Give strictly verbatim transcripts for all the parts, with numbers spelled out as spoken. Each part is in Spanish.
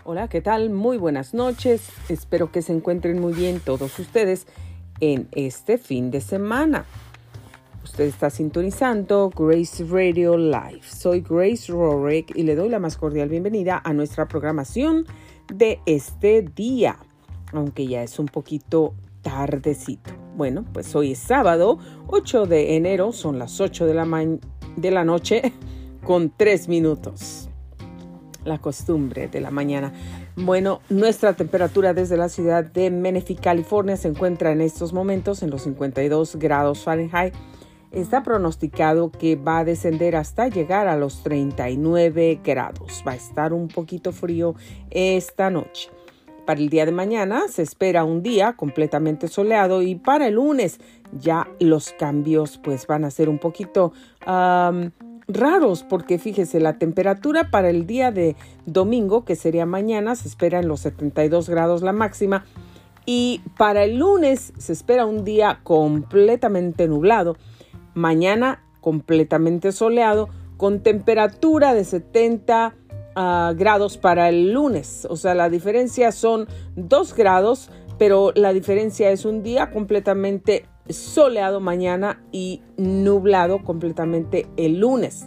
Hola, ¿qué tal? Muy buenas noches. Espero que se encuentren muy bien todos ustedes en este fin de semana. Usted está sintonizando Grace Radio Live. Soy Grace Rorick y le doy la más cordial bienvenida a nuestra programación de este día, aunque ya es un poquito tardecito. Bueno, pues hoy es sábado, ocho de enero, son las ocho de la, ma- de la noche con tres minutos. La costumbre de la mañana. Bueno, nuestra temperatura desde la ciudad de Menifee, California, se encuentra en estos momentos en los cincuenta y dos grados Fahrenheit. Está pronosticado que va a descender hasta llegar a los treinta y nueve grados. Va a estar un poquito frío esta noche. Para el día de mañana se espera un día completamente soleado y para el lunes ya los cambios pues van a ser un poquito um, raros, porque fíjese, la temperatura para el día de domingo, que sería mañana, se espera en los setenta y dos grados la máxima, y para el lunes se espera un día completamente nublado, mañana completamente soleado, con temperatura de setenta uh, grados para el lunes. O sea, la diferencia son dos grados, pero la diferencia es un día completamente soleado mañana y nublado completamente el lunes.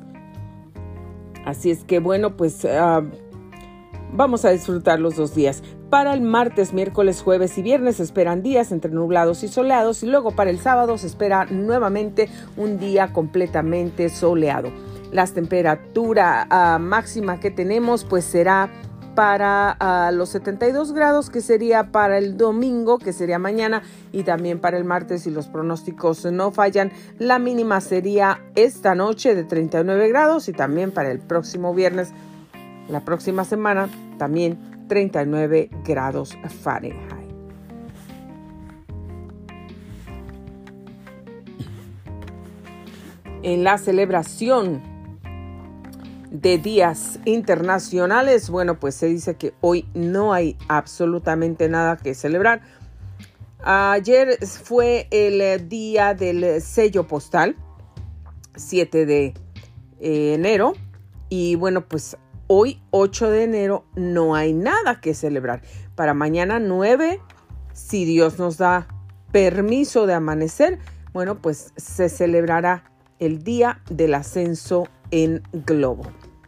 Así es que bueno, pues uh, vamos a disfrutar los dos días. Para el martes, miércoles, jueves y viernes se esperan días entre nublados y soleados, y luego para el sábado se espera nuevamente un día completamente soleado. La temperatura uh, máxima que tenemos pues será para uh, los setenta y dos grados, que sería para el domingo, que sería mañana, y también para el martes, si los pronósticos no fallan. La mínima sería esta noche de treinta y nueve grados, y también para el próximo viernes, la próxima semana, también treinta y nueve grados Fahrenheit. En la celebración de días internacionales, bueno, pues se dice que hoy no hay absolutamente nada que celebrar. Ayer fue el día del sello postal, siete de enero, y bueno, pues hoy, ocho de enero, no hay nada que celebrar. Para mañana, nueve, si Dios nos da permiso de amanecer, bueno, pues se celebrará el día del ascenso en globo.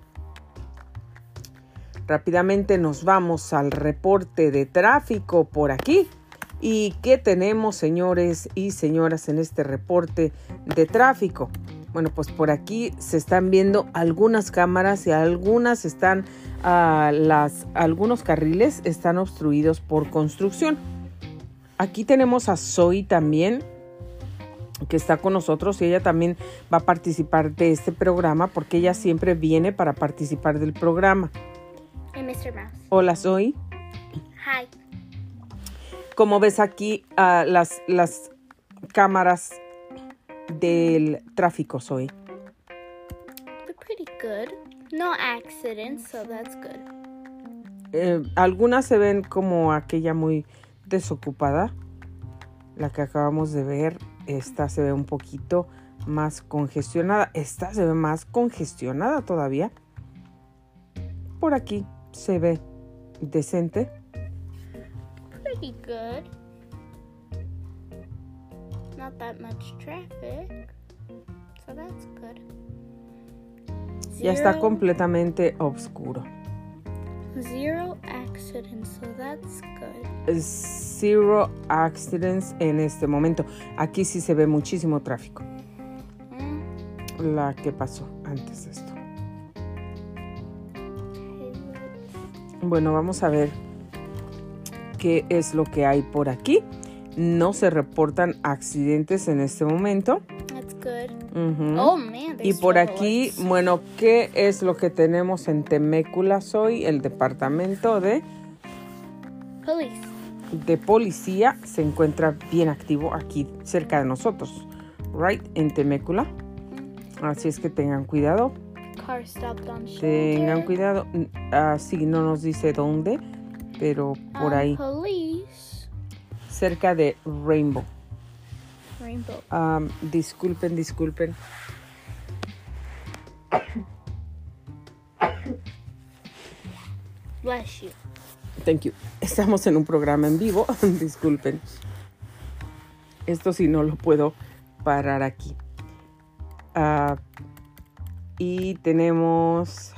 Rápidamente nos vamos al reporte de tráfico por aquí. ¿Y qué tenemos, señores y señoras, en este reporte de tráfico? Bueno, pues por aquí se están viendo algunas cámaras y algunas están, uh, las, algunos carriles están obstruidos por construcción. Aquí tenemos a Zoe también, que está con nosotros, y ella también va a participar de este programa porque ella siempre viene para participar del programa. Hey, mister Mouse. Hola, Zoe. Hi. Como ves aquí uh, las, las cámaras del tráfico, Zoe? They're pretty good. No accidents, so that's good. Eh, algunas se ven como aquella muy desocupada, la que acabamos de ver. Esta se ve un poquito más congestionada. Esta se ve más congestionada todavía. Por aquí se ve decente. Pretty good. Not that much traffic, so that's good. Ya está completamente oscuro. Zero accidents, so that's good. Zero accidents en este momento. Aquí sí se ve muchísimo tráfico. Mm. La que pasó antes de esto. Bueno, vamos a ver qué es lo que hay por aquí. No se reportan accidentes en este momento. That's good. Uh-huh. Oh, man. Y por aquí, bueno, ¿qué es lo que tenemos en Temécula hoy? El departamento de, Police. de policía se encuentra bien activo aquí cerca de nosotros, right, en Temécula. Así es que tengan cuidado. Car stopped on shoulder. Tengan cuidado. Así no nos dice dónde, pero por Um, ahí, Police. cerca de Rainbow. Rainbow. Um, disculpen, disculpen. Bless you. Thank you. Estamos en un programa en vivo. Disculpen. Esto sí no lo puedo parar aquí. Uh, y tenemos...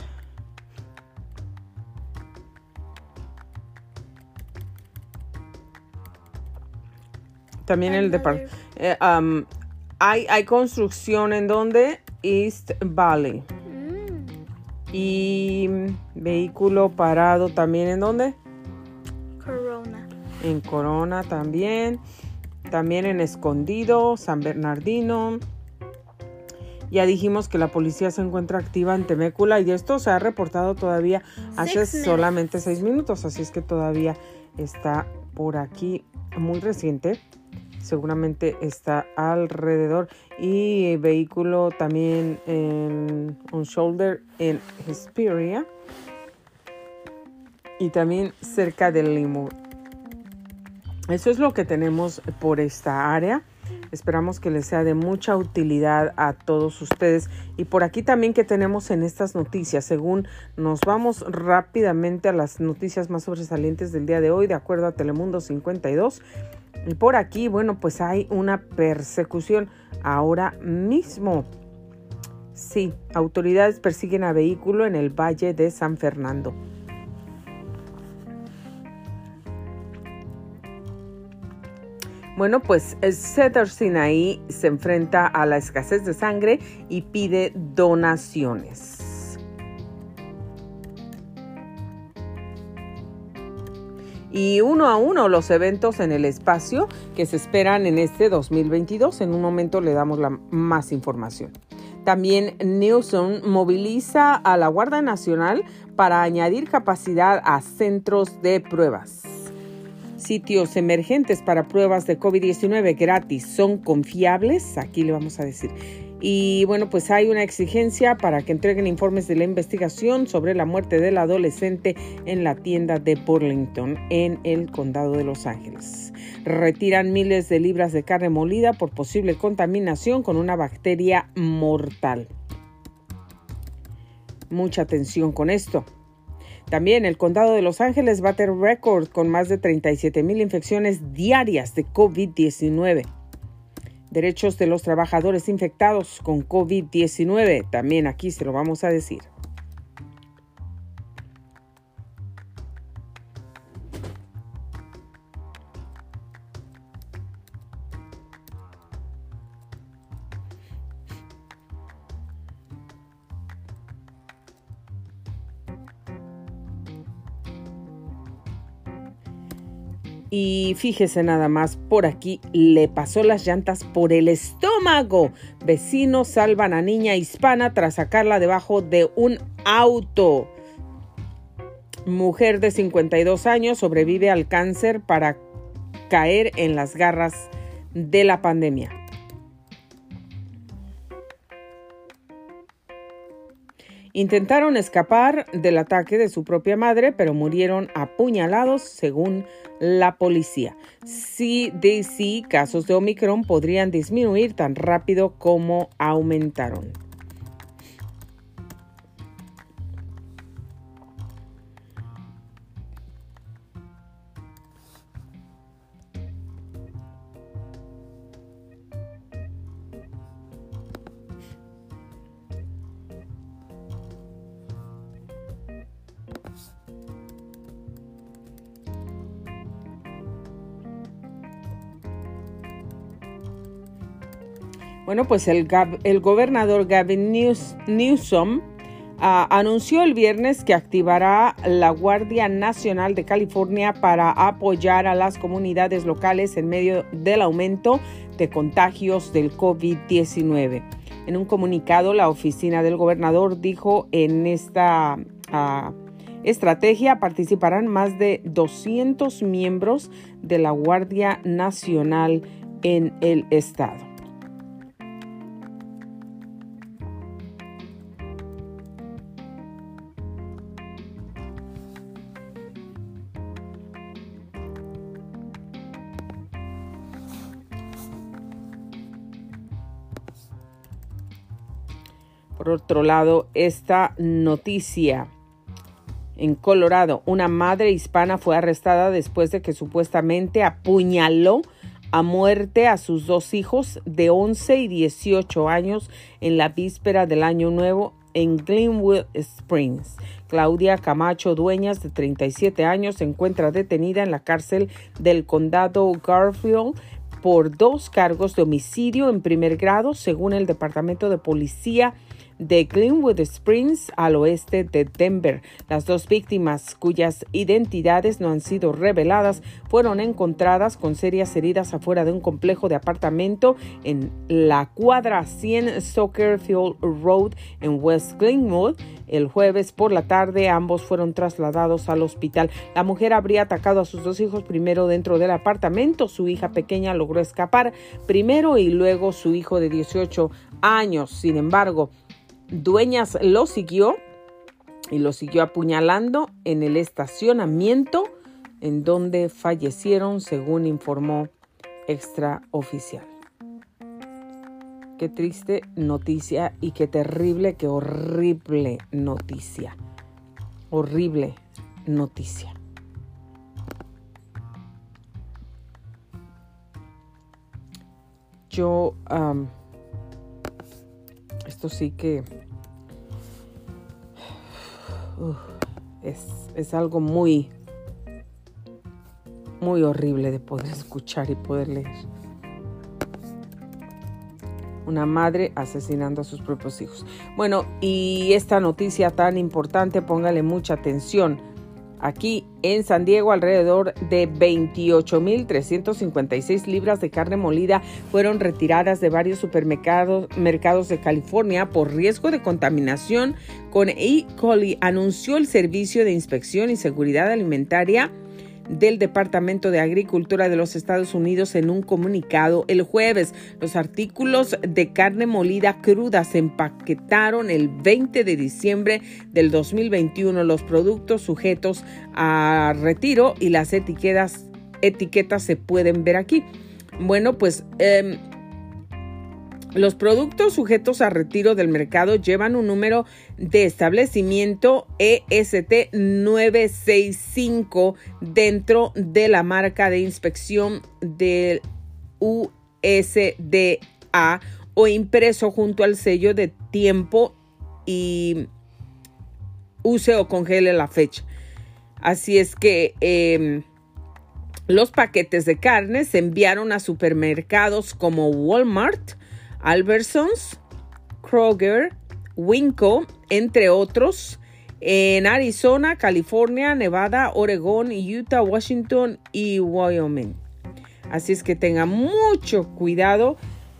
También el departamento. Eh, um, hay, hay construcción en donde East Valley. Mm. Y vehículo parado también en donde? Corona. En Corona también. También en Escondido, San Bernardino. Ya dijimos que la policía se encuentra activa en Temecula y esto se ha reportado todavía hace Six solamente seis minutos. Así es que todavía está por aquí, muy reciente. Seguramente está alrededor. Y vehículo también en un shoulder en Hesperia. Y también cerca del Limur. Eso es lo que tenemos por esta área. Esperamos que les sea de mucha utilidad a todos ustedes. Y por aquí también que tenemos en estas noticias, según nos vamos rápidamente a las noticias más sobresalientes del día de hoy, de acuerdo a Telemundo cincuenta y dos. Y por aquí, bueno, pues hay una persecución ahora mismo. Sí, autoridades persiguen a vehículo en el Valle de San Fernando. Bueno, pues Cedar Sinai se enfrenta a la escasez de sangre y pide donaciones. Y uno a uno los eventos en el espacio que se esperan en este dos mil veintidós. En un momento le damos la más información. También Newsom moviliza a la Guardia Nacional para añadir capacidad a centros de pruebas. Sitios emergentes para pruebas de COVID diecinueve gratis son confiables, aquí le vamos a decir. Y bueno, pues hay una exigencia para que entreguen informes de la investigación sobre la muerte del adolescente en la tienda de Burlington, en el condado de Los Ángeles. Retiran miles de libras de carne molida por posible contaminación con una bacteria mortal. Mucha atención con esto. También el condado de Los Ángeles bate récord con más de treinta y siete mil infecciones diarias de COVID diecinueve. Derechos de los trabajadores infectados con COVID diecinueve, también aquí se lo vamos a decir. Y fíjese nada más, por aquí le pasó las llantas por el estómago. Vecinos salvan a niña hispana tras sacarla debajo de un auto. Mujer de cincuenta y dos años sobrevive al cáncer para caer en las garras de la pandemia. Intentaron escapar del ataque de su propia madre, pero murieron apuñalados, según la policía. C D C, casos de Omicron podrían disminuir tan rápido como aumentaron. Bueno, pues el, el gobernador Gavin News, Newsom uh, anunció el viernes que activará la Guardia Nacional de California para apoyar a las comunidades locales en medio del aumento de contagios del COVID diecinueve. En un comunicado, la oficina del gobernador dijo en esta uh, estrategia participarán más de doscientos miembros de la Guardia Nacional en el estado. Por otro lado, esta noticia En Colorado, una madre hispana fue arrestada después de que supuestamente apuñaló a muerte a sus dos hijos de once y dieciocho años en la víspera del Año Nuevo en Glenwood Springs. Claudia Camacho Dueñas, de treinta y siete años, se encuentra detenida en la cárcel del condado Garfield por dos cargos de homicidio en primer grado, según el Departamento de Policía de Glenwood Springs, al oeste de Denver. Las dos víctimas, cuyas identidades no han sido reveladas, fueron encontradas con serias heridas afuera de un complejo de apartamento en la cuadra cien Soccer Field Road en West Glenwood. El jueves por la tarde, ambos fueron trasladados al hospital. La mujer habría atacado a sus dos hijos primero dentro del apartamento. Su hija pequeña logró escapar primero y luego su hijo de dieciocho años. Sin embargo, Dueñas lo siguió y lo siguió apuñalando en el estacionamiento en donde fallecieron, según informó extraoficial. Qué triste noticia y qué terrible, qué horrible noticia. Horrible noticia. Yo, um, esto sí que uh, es, es algo muy, muy horrible de poder escuchar y poder leer. Una madre asesinando a sus propios hijos. Bueno, y esta noticia tan importante, póngale mucha atención. Aquí en San Diego, alrededor de veintiocho mil trescientas cincuenta y seis libras de carne molida fueron retiradas de varios supermercados mercados de California por riesgo de contaminación con E. coli, anunció el Servicio de Inspección y Seguridad Alimentaria del Departamento de Agricultura de los Estados Unidos en un comunicado el jueves. Los artículos de carne molida cruda se empaquetaron el veinte de diciembre del dos mil veintiuno. Los productos sujetos a retiro y las etiquetas, etiquetas se pueden ver aquí. Bueno, pues eh, los productos sujetos a retiro del mercado llevan un número de establecimiento E S T nueve seis cinco dentro de la marca de inspección del U S D A o impreso junto al sello de tiempo y use o congele la fecha. Así es que eh, los paquetes de carne se enviaron a supermercados como Walmart, Albertsons, Kroger, Winco, entre otros, en Arizona, California, Nevada, Oregón, Utah, Washington y Wyoming. Así es que tenga mucho cuidado.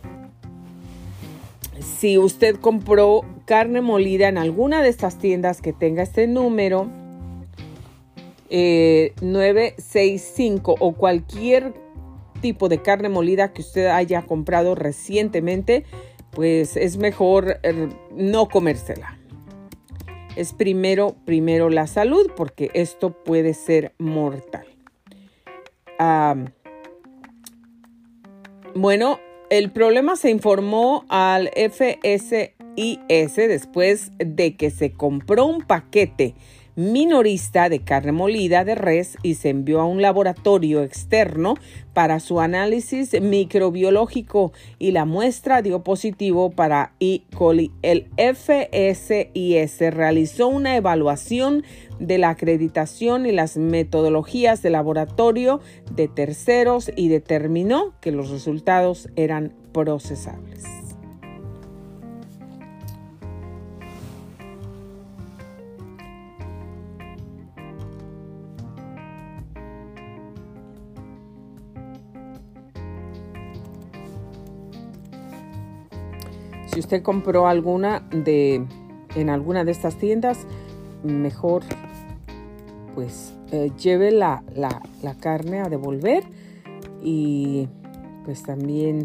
Si usted compró carne molida en alguna de estas tiendas que tenga este número eh, nueve seis cinco o cualquier tipo de carne molida que usted haya comprado recientemente, pues es mejor eh, no comérsela. Es primero, primero la salud, porque esto puede ser mortal. Um, bueno, el problema se informó al F S I S después de que se compró un paquete minorista de carne molida de res y se envió a un laboratorio externo para su análisis microbiológico y la muestra dio positivo para E. coli. El F S I S realizó una evaluación de la acreditación y las metodologías de laboratorio de terceros y determinó que los resultados eran procesables. Si usted compró alguna de en alguna de estas tiendas, mejor pues eh, lleve la, la, la carne a devolver y pues también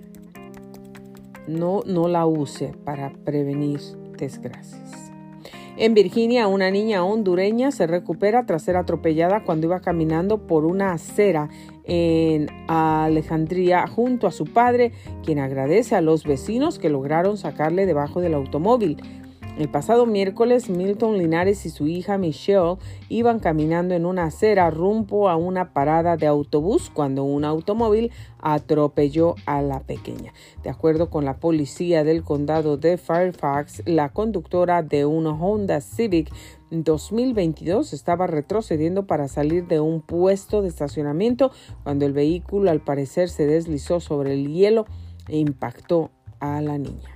no, no la use para prevenir desgracias. En Virginia, una niña hondureña se recupera tras ser atropellada cuando iba caminando por una acera en Alejandría junto a su padre, quien agradece a los vecinos que lograron sacarle debajo del automóvil. El pasado miércoles, Milton Linares y su hija Michelle iban caminando en una acera rumbo a una parada de autobús cuando un automóvil atropelló a la pequeña. De acuerdo con la policía del condado de Fairfax, la conductora de una Honda Civic dos mil veintidós estaba retrocediendo para salir de un puesto de estacionamiento cuando el vehículo al parecer se deslizó sobre el hielo e impactó a la niña.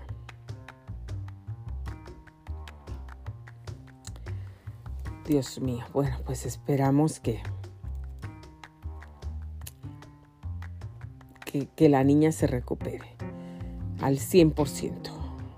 Dios mío, bueno, pues esperamos que, que, que la niña se recupere al cien por ciento.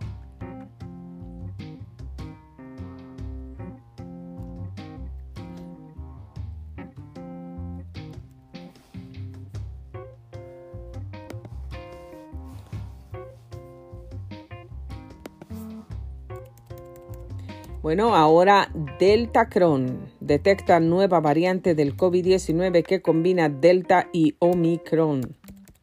Bueno, ahora Deltacron detecta nueva variante del COVID diecinueve que combina Delta y Omicron.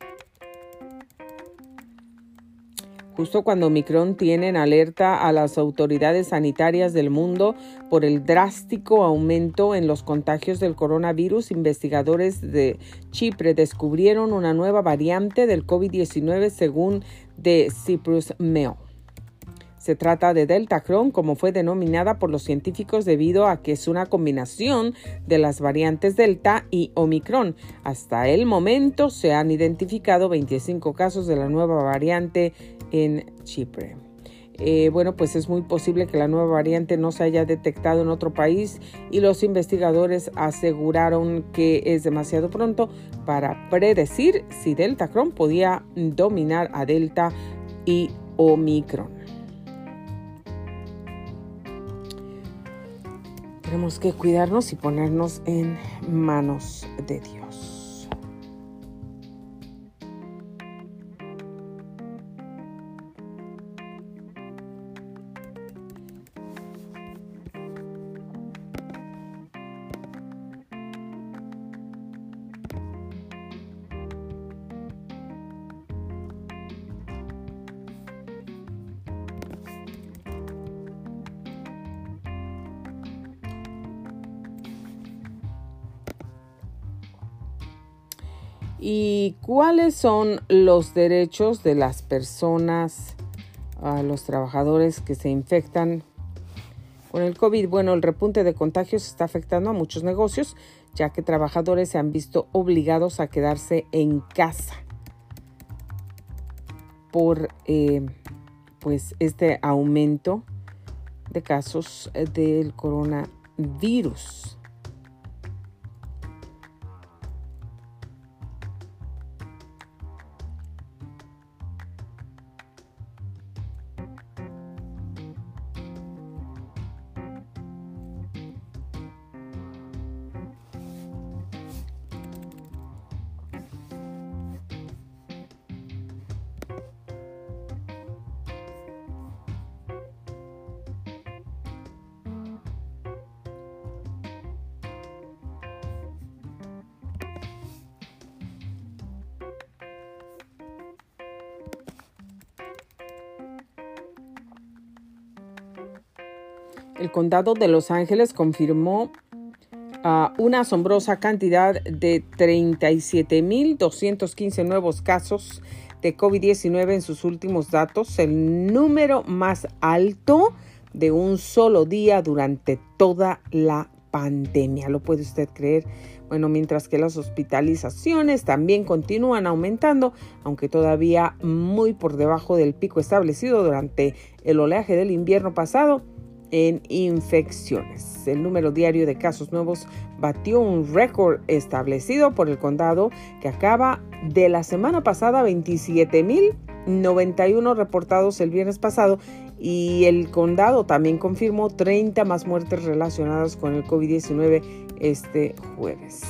Justo cuando Omicron tiene en alerta a las autoridades sanitarias del mundo por el drástico aumento en los contagios del coronavirus, investigadores de Chipre descubrieron una nueva variante del COVID diecinueve según The Cyprus Mail. Se trata de Deltacron, como fue denominada por los científicos debido a que es una combinación de las variantes Delta y Omicron. Hasta el momento se han identificado veinticinco casos de la nueva variante en Chipre. Eh, bueno, pues es muy posible que la nueva variante no se haya detectado en otro país y los investigadores aseguraron que es demasiado pronto para predecir si Deltacron podía dominar a Delta y Omicron. Tenemos que cuidarnos y ponernos en manos de Dios. ¿Y cuáles son los derechos de las personas, uh, los trabajadores que se infectan con el COVID? Bueno, el repunte de contagios está afectando a muchos negocios, ya que trabajadores se han visto obligados a quedarse en casa por eh, pues este aumento de casos del coronavirus. El condado de Los Ángeles confirmó uh, una asombrosa cantidad de treinta y siete mil doscientos quince nuevos casos de COVID diecinueve en sus últimos datos, el número más alto de un solo día durante toda la pandemia. ¿Lo puede usted creer? Bueno, mientras que las hospitalizaciones también continúan aumentando, aunque todavía muy por debajo del pico establecido durante el oleaje del invierno pasado en infecciones. El número diario de casos nuevos batió un récord establecido por el condado que acaba de la semana pasada, veintisiete mil noventa y uno reportados el viernes pasado, y el condado también confirmó treinta más muertes relacionadas con el COVID diecinueve este jueves.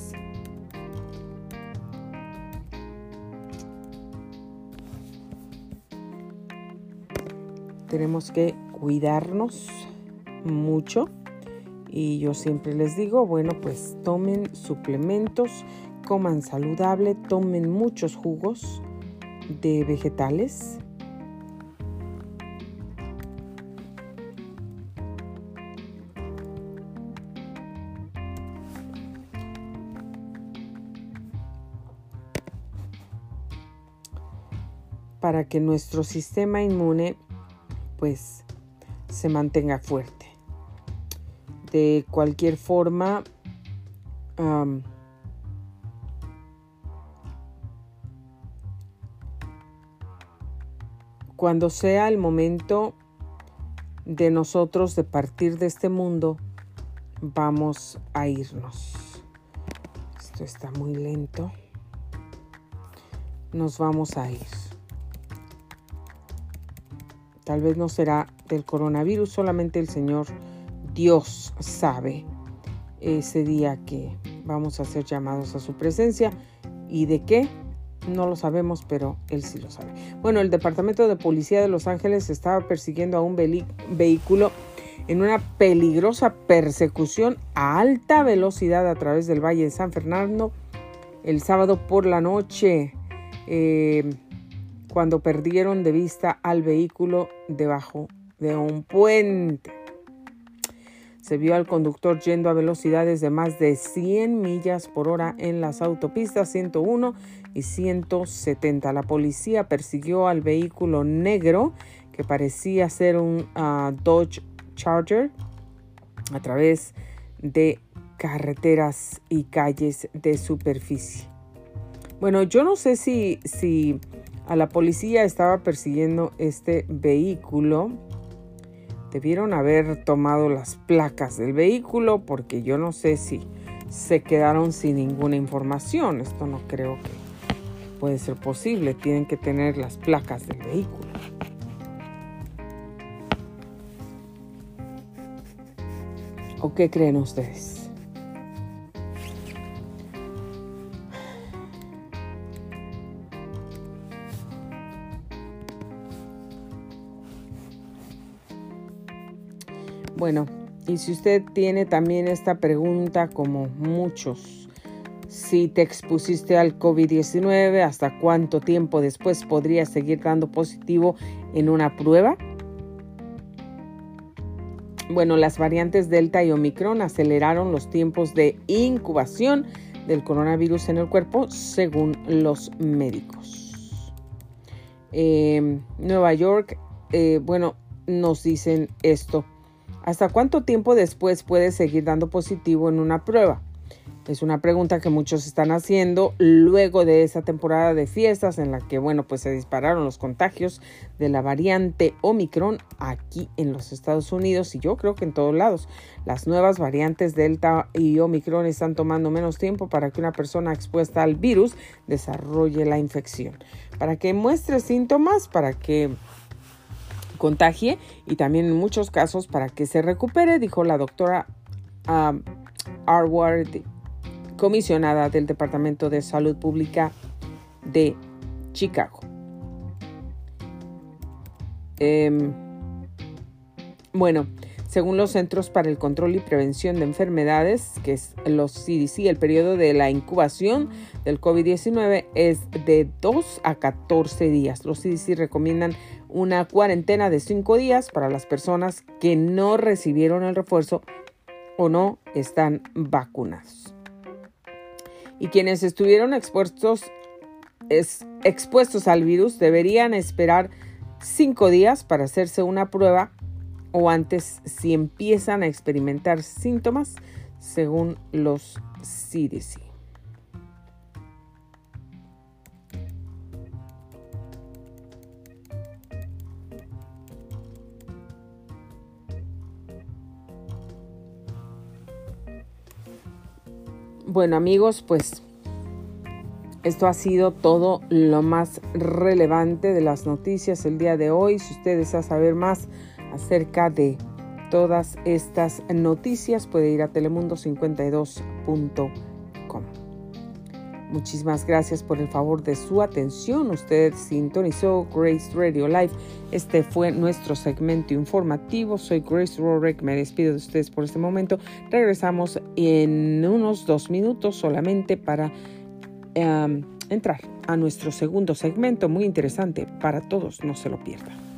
Tenemos que cuidarnos mucho y yo siempre les digo, bueno, pues tomen suplementos, coman saludable, tomen muchos jugos de vegetales para que nuestro sistema inmune pues se mantenga fuerte. De cualquier forma, um, cuando sea el momento de nosotros de partir de este mundo, vamos a irnos. Esto está muy lento. Nos vamos a ir. Tal vez no será del coronavirus, solamente el Señor Dios sabe ese día que vamos a ser llamados a su presencia. ¿Y de qué? No lo sabemos, pero Él sí lo sabe. Bueno, el Departamento de Policía de Los Ángeles estaba persiguiendo a un ve- vehículo en una peligrosa persecución a alta velocidad a través del Valle de San Fernando el sábado por la noche, eh, cuando perdieron de vista al vehículo debajo de un puente. Se vio al conductor yendo a velocidades de más de cien millas por hora en las autopistas ciento uno y ciento setenta. La policía persiguió al vehículo negro que parecía ser un uh, Dodge Charger a través de carreteras y calles de superficie. Bueno, yo no sé si, si a la policía estaba persiguiendo este vehículo. Debieron haber tomado las placas del vehículo, porque yo no sé si se quedaron sin ninguna información. Esto no creo que puede ser posible. Tienen que tener las placas del vehículo. ¿O qué creen ustedes? Bueno, y si usted tiene también esta pregunta, como muchos, si te expusiste al COVID diecinueve, ¿hasta cuánto tiempo después podrías seguir dando positivo en una prueba? Bueno, las variantes Delta y Omicron aceleraron los tiempos de incubación del coronavirus en el cuerpo, según los médicos. Eh, Nueva York, eh, bueno, nos dicen esto. ¿Hasta cuánto tiempo después puedes seguir dando positivo en una prueba? Es una pregunta que muchos están haciendo luego de esa temporada de fiestas en la que, bueno, pues se dispararon los contagios de la variante Omicron aquí en los Estados Unidos, y yo creo que en todos lados. Las nuevas variantes Delta y Omicron están tomando menos tiempo para que una persona expuesta al virus desarrolle la infección, para que muestre síntomas, para que contagie y también en muchos casos para que se recupere, dijo la doctora um, Arward, comisionada del Departamento de Salud Pública de Chicago. Eh, bueno, según los Centros para el Control y Prevención de Enfermedades, que es los C D C, el periodo de la incubación del COVID diecinueve es de dos a catorce días. Los C D C recomiendan una cuarentena de cinco días para las personas que no recibieron el refuerzo o no están vacunados. Y quienes estuvieron expuestos, es, expuestos al virus deberían esperar cinco días para hacerse una prueba, o antes si empiezan a experimentar síntomas, según los C D C. Bueno, amigos, pues esto ha sido todo lo más relevante de las noticias el día de hoy. Si usted desea saber más acerca de todas estas noticias, puede ir a telemundo cincuenta y dos punto com. Muchísimas gracias por el favor de su atención. Usted sintonizó Grace Radio Live. Este fue nuestro segmento informativo. Soy Grace Rorick. Me despido de ustedes por este momento. Regresamos en unos dos minutos solamente para um, entrar a nuestro segundo segmento. Muy interesante para todos. No se lo pierdan.